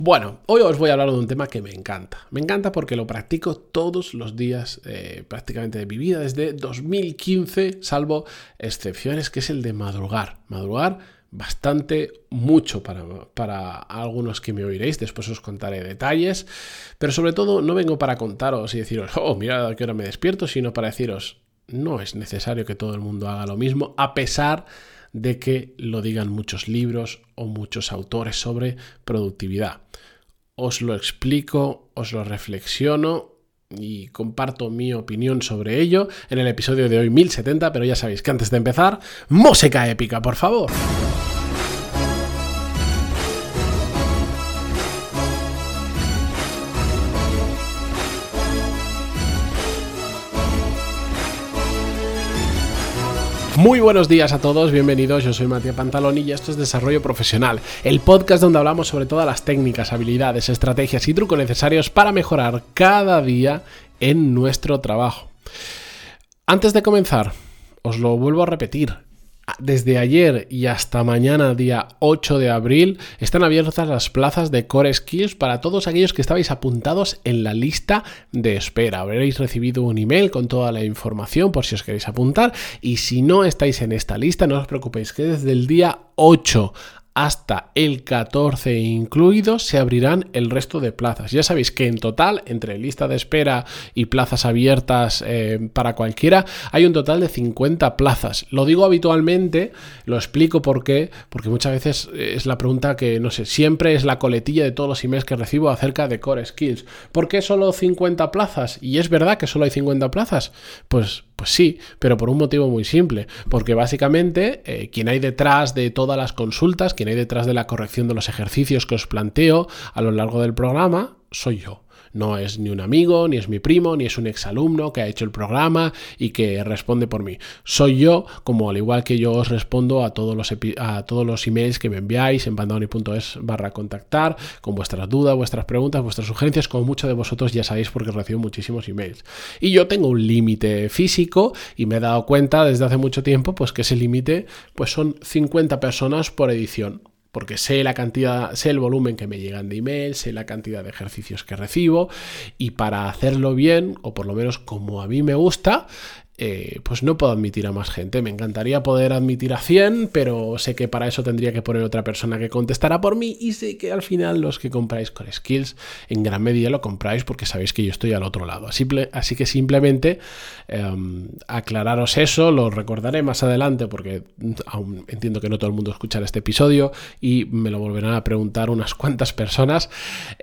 Bueno, hoy os voy a hablar de un tema que me encanta. Me encanta porque lo practico todos los días prácticamente de mi vida, desde 2015, salvo excepciones, que es el de madrugar. Madrugar bastante, mucho para algunos que me oiréis, después os contaré detalles, pero sobre todo no vengo para contaros y deciros, oh, mira a qué hora me despierto, sino para deciros, no es necesario que todo el mundo haga lo mismo, a pesar de que lo digan muchos libros o muchos autores sobre productividad. Os lo explico, os lo reflexiono y comparto mi opinión sobre ello en el episodio de hoy 1070, pero ya sabéis que antes de empezar, música épica, por favor. Muy buenos días a todos, bienvenidos, yo soy Matías Pantaloni y esto es Desarrollo Profesional, el podcast donde hablamos sobre todas las técnicas, habilidades, estrategias y trucos necesarios para mejorar cada día en nuestro trabajo. Antes de comenzar, os lo vuelvo a repetir. Desde ayer y hasta mañana, día 8 de abril, están abiertas las plazas de Core Skills para todos aquellos que estabais apuntados en la lista de espera. Habréis recibido un email con toda la información por si os queréis apuntar, y si no estáis en esta lista, no os preocupéis, que desde el día 8 hasta el 14 incluido se abrirán el resto de plazas. Ya sabéis que en total, entre lista de espera y plazas abiertas para cualquiera, hay un total de 50 plazas. Lo digo habitualmente, lo explico porque muchas veces es la pregunta que, no sé, siempre es la coletilla de todos los emails que recibo acerca de Core Skills. ¿Por qué solo 50 plazas? ¿Y es verdad que solo hay 50 plazas? Pues sí, pero por un motivo muy simple, porque básicamente quien hay detrás de todas las consultas, quien hay detrás de la corrección de los ejercicios que os planteo a lo largo del programa, soy yo. No es ni un amigo, ni es mi primo, ni es un exalumno que ha hecho el programa y que responde por mí. Soy yo, como al igual que yo os respondo a todos los emails que me enviáis en pantaloni.es/contactar con vuestras dudas, vuestras preguntas, vuestras sugerencias, como muchos de vosotros ya sabéis porque recibo muchísimos emails. Y yo tengo un límite físico y me he dado cuenta desde hace mucho tiempo pues que ese límite pues son 50 personas por edición. Porque sé la cantidad, sé el volumen que me llegan de emails, sé la cantidad de ejercicios que recibo, y para hacerlo bien, o por lo menos como a mí me gusta, pues no puedo admitir a más gente. Me encantaría poder admitir a 100, pero sé que para eso tendría que poner otra persona que contestara por mí, y sé que al final los que compráis Core Skills en gran medida lo compráis porque sabéis que yo estoy al otro lado. Así que simplemente aclararos eso, lo recordaré más adelante porque aún entiendo que no todo el mundo escuchará este episodio y me lo volverán a preguntar unas cuantas personas.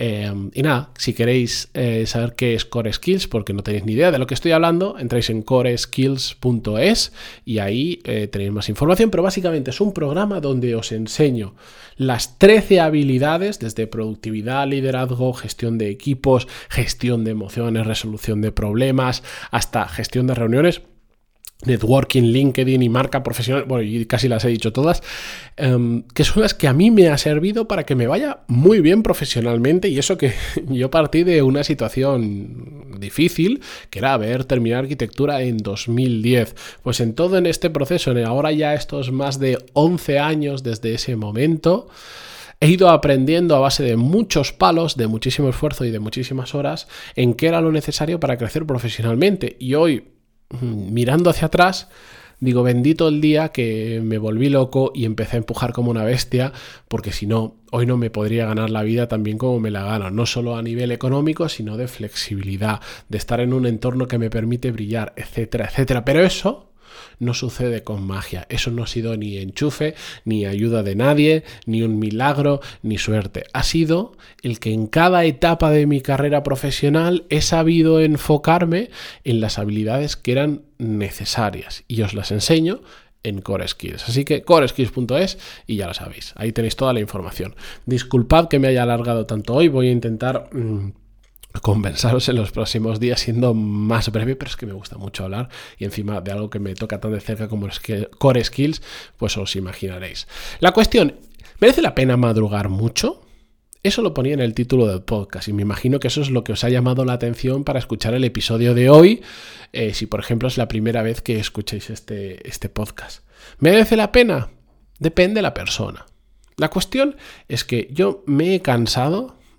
Y nada, si queréis saber qué es Core Skills porque no tenéis ni idea de lo que estoy hablando, entráis en skills.es y ahí tenéis más información, pero básicamente es un programa donde os enseño las 13 habilidades, desde productividad, liderazgo, gestión de equipos, gestión de emociones, resolución de problemas, hasta gestión de reuniones, networking, LinkedIn y marca profesional, bueno, y casi las he dicho todas, que son las que a mí me ha servido para que me vaya muy bien profesionalmente, y eso que yo partí de una situación difícil, que era haber terminado arquitectura en 2010. Pues en todo en este proceso, ahora ya estos más de 11 años desde ese momento, he ido aprendiendo a base de muchos palos, de muchísimo esfuerzo y de muchísimas horas en qué era lo necesario para crecer profesionalmente, y hoy, mirando hacia atrás, digo, bendito el día que me volví loco y empecé a empujar como una bestia, porque si no, hoy no me podría ganar la vida tan bien como me la gano, no solo a nivel económico, sino de flexibilidad, de estar en un entorno que me permite brillar, etcétera, etcétera. Pero eso no sucede con magia, eso no ha sido ni enchufe, ni ayuda de nadie, ni un milagro, ni suerte. Ha sido el que en cada etapa de mi carrera profesional he sabido enfocarme en las habilidades que eran necesarias y os las enseño en Core Skills. Así que coreskills.es y ya lo sabéis, ahí tenéis toda la información. Disculpad que me haya alargado tanto hoy, voy a intentar conversaros en los próximos días siendo más breve, pero es que me gusta mucho hablar y encima de algo que me toca tan de cerca como es que Core Skills, pues os imaginaréis. La cuestión, ¿merece la pena madrugar mucho? Eso lo ponía en el título del podcast y me imagino que eso es lo que os ha llamado la atención para escuchar el episodio de hoy, si por ejemplo es la primera vez que escucháis este podcast. ¿Merece la pena? Depende de la persona. La cuestión es que yo me he cansado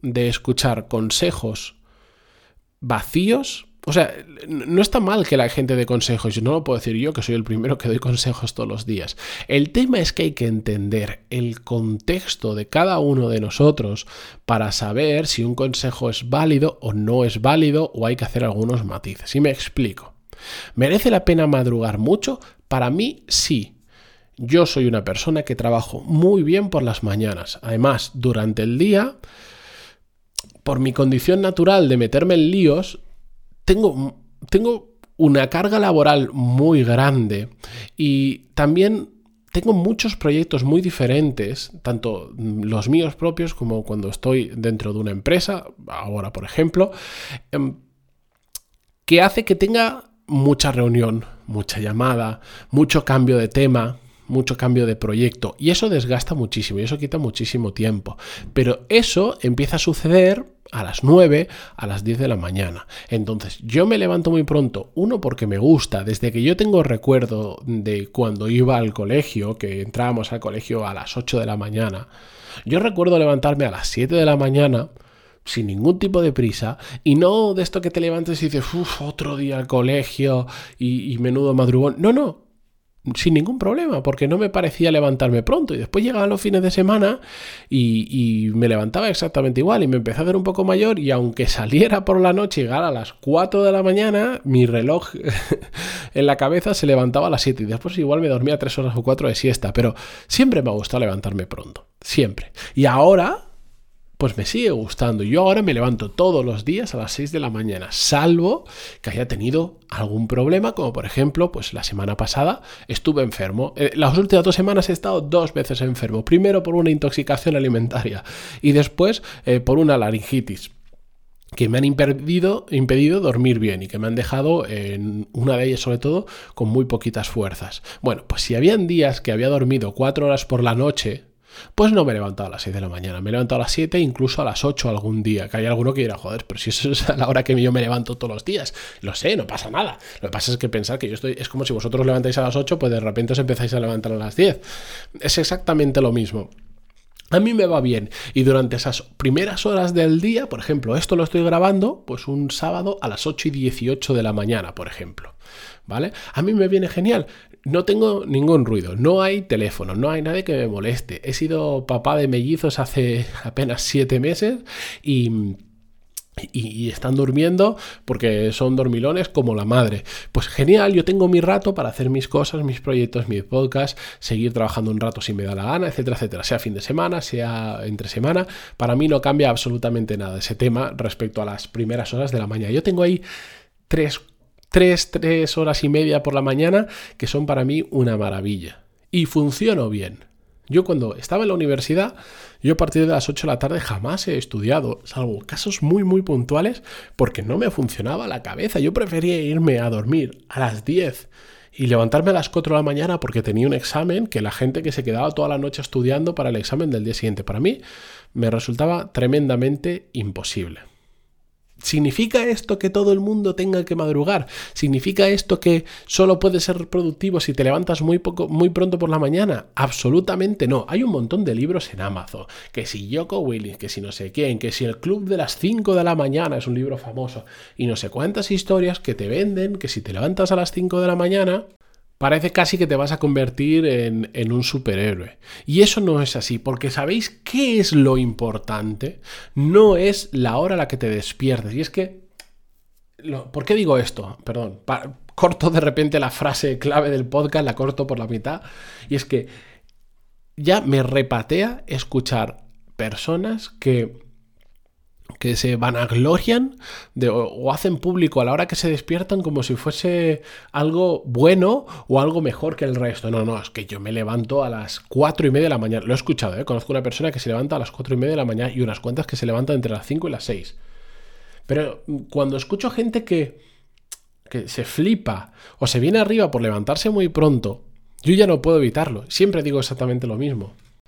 de escuchar consejos vacíos. O sea, no está mal que la gente dé consejos, no lo puedo decir yo, que soy el primero que doy consejos todos los días. El tema es que hay que entender el contexto de cada uno de nosotros para saber si un consejo es válido o no es válido, o hay que hacer algunos matices. Y me explico. ¿Merece la pena madrugar mucho? Para mí, sí. Yo soy una persona que trabajo muy bien por las mañanas. Además, durante el día, por mi condición natural de meterme en líos, tengo una carga laboral muy grande y también tengo muchos proyectos muy diferentes, tanto los míos propios como cuando estoy dentro de una empresa, ahora por ejemplo, que hace que tenga mucha reunión, mucha llamada, mucho cambio de tema, mucho cambio de proyecto, y eso desgasta muchísimo y eso quita muchísimo tiempo. Pero eso empieza a suceder a las 9, a las 10 de la mañana. Entonces yo me levanto muy pronto, uno porque me gusta, desde que yo tengo recuerdo de cuando iba al colegio, que entrábamos al colegio a las 8 de la mañana, yo recuerdo levantarme a las 7 de la mañana sin ningún tipo de prisa, y no de esto que te levantes y dices, otro día al colegio y menudo madrugón. No, sin ningún problema, porque no me parecía levantarme pronto, y después llegaban los fines de semana y me levantaba exactamente igual, y me empecé a hacer un poco mayor, y aunque saliera por la noche y llegara a las 4 de la mañana, mi reloj en la cabeza se levantaba a las 7, y después igual me dormía 3 horas o 4 de siesta, pero siempre me ha gustado levantarme pronto, siempre. Y ahora pues me sigue gustando. Yo ahora me levanto todos los días a las 6 de la mañana, salvo que haya tenido algún problema, como por ejemplo, pues la semana pasada estuve enfermo. Las últimas 2 semanas he estado 2 veces enfermo. Primero por una intoxicación alimentaria y después por una laringitis, que me han impedido dormir bien y que me han dejado, en una de ellas sobre todo, con muy poquitas fuerzas. Bueno, pues si habían días que había dormido 4 horas por la noche, pues no me he levantado a las 6 de la mañana, me he levantado a las 7, incluso a las 8 algún día, que hay alguno que dirá, joder, pero si eso es a la hora que yo me levanto todos los días. Lo sé, no pasa nada. Lo que pasa es que pensar que es como si vosotros levantáis a las 8, pues de repente os empezáis a levantar a las 10. Es exactamente lo mismo. A mí me va bien, y durante esas primeras horas del día, por ejemplo, esto lo estoy grabando pues un sábado a las 8:18 de la mañana, por ejemplo, ¿vale? A mí me viene genial, no tengo ningún ruido, no hay teléfono, no hay nadie que me moleste. He sido papá de mellizos hace apenas 7 meses y están durmiendo porque son dormilones como la madre. Pues genial, yo tengo mi rato para hacer mis cosas, mis proyectos, mis podcasts, seguir trabajando un rato si me da la gana, etcétera, etcétera. Sea fin de semana, sea entre semana, para mí no cambia absolutamente nada ese tema respecto a las primeras horas de la mañana. Yo tengo ahí 3 horas y media por la mañana que son para mí una maravilla y funciono bien. Yo cuando estaba en la universidad, yo a partir de las 8 de la tarde jamás he estudiado, salvo casos muy muy puntuales, porque no me funcionaba la cabeza. Yo prefería irme a dormir a las 10 y levantarme a las 4 de la mañana porque tenía un examen, que la gente que se quedaba toda la noche estudiando para el examen del día siguiente. Para mí me resultaba tremendamente imposible. ¿Significa esto que todo el mundo tenga que madrugar? ¿Significa esto que solo puedes ser productivo si te levantas muy pronto por la mañana? Absolutamente no. Hay un montón de libros en Amazon, que si Jocko Willink, que si no sé quién, que si el Club de las 5 de la mañana es un libro famoso, y no sé cuántas historias que te venden, que si te levantas a las 5 de la mañana, parece casi que te vas a convertir en un superhéroe. Y eso no es así, porque ¿sabéis qué es lo importante? No es la hora a la que te despiertes. Y es que... ¿Por qué digo esto? Perdón, corto de repente la frase clave del podcast, la corto por la mitad. Y es que ya me repatea escuchar personas que se vanaglorian o hacen público a la hora que se despiertan como si fuese algo bueno o algo mejor que el resto. No, es que yo me levanto a las 4:30 de la mañana. Lo he escuchado, Conozco una persona que se levanta a las 4:30 de la mañana y unas cuantas que se levantan entre las 5 y las 6. Pero cuando escucho gente que se flipa o se viene arriba por levantarse muy pronto, yo ya no puedo evitarlo. Siempre digo exactamente lo mismo.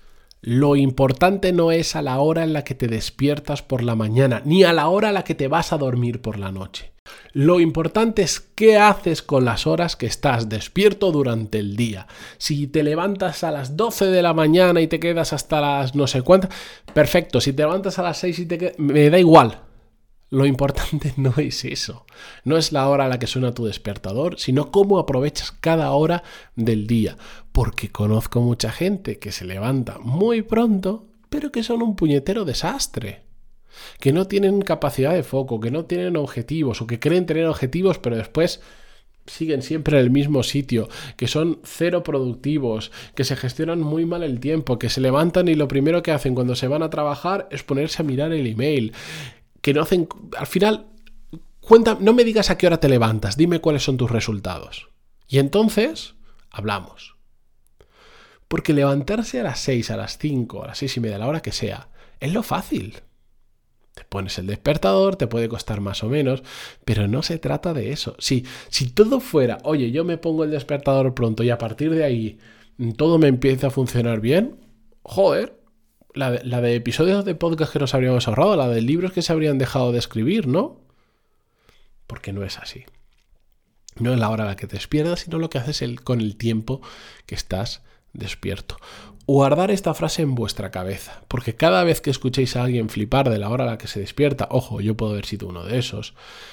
Lo importante no es a la hora en la que te despiertas por la mañana, ni a la hora en la que te vas a dormir por la noche. Lo importante es qué haces con las horas que estás despierto durante el día. Si te levantas a las 12 de la mañana y te quedas hasta las no sé cuántas, perfecto. Si te levantas a las 6 y te quedas, me da igual. Lo importante no es eso. No es la hora a la que suena tu despertador, sino cómo aprovechas cada hora del día. Porque conozco mucha gente que se levanta muy pronto, pero que son un puñetero desastre. Que no tienen capacidad de foco, que no tienen objetivos o que creen tener objetivos, pero después siguen siempre en el mismo sitio, que son cero productivos, que se gestionan muy mal el tiempo, que se levantan y lo primero que hacen cuando se van a trabajar es ponerse a mirar el email, que no hacen... Al final, no me digas a qué hora te levantas, dime cuáles son tus resultados. Y entonces, hablamos. Porque levantarse a las 6, a las 5, a las 6:30, a la hora que sea, es lo fácil. Te pones el despertador, te puede costar más o menos, pero no se trata de eso. Si todo fuera, oye, yo me pongo el despertador pronto y a partir de ahí todo me empieza a funcionar bien, joder, la de episodios de podcast que nos habríamos ahorrado, la de libros que se habrían dejado de escribir, ¿no? Porque no es así. No es la hora a la que te despiertas, sino lo que haces con el tiempo que estás despierto. Guardar esta frase en vuestra cabeza, porque cada vez que escuchéis a alguien flipar de la hora a la que se despierta, ojo, yo puedo haber sido uno de esos,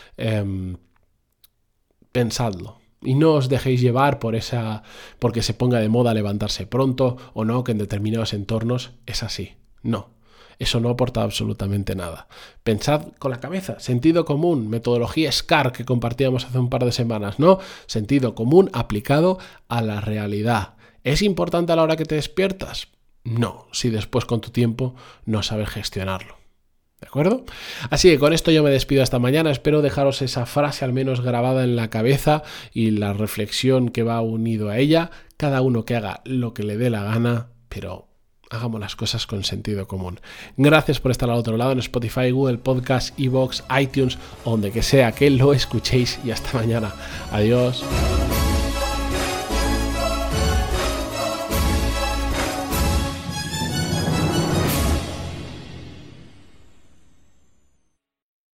pensadlo. Y no os dejéis llevar porque se ponga de moda levantarse pronto o no, que en determinados entornos es así. No, eso no aporta absolutamente nada. Pensad con la cabeza, sentido común, metodología SCAR que compartíamos hace un par de semanas, ¿no? Sentido común aplicado a la realidad. ¿Es importante a la hora que te despiertas? No, si después con tu tiempo no sabes gestionarlo. ¿De acuerdo? Así que con esto yo me despido hasta mañana. Espero dejaros esa frase al menos grabada en la cabeza y la reflexión que va unido a ella. Cada uno que haga lo que le dé la gana, pero hagamos las cosas con sentido común. Gracias por estar al otro lado en Spotify, Google Podcast, iVoox, iTunes, donde que sea que lo escuchéis y hasta mañana. Adiós.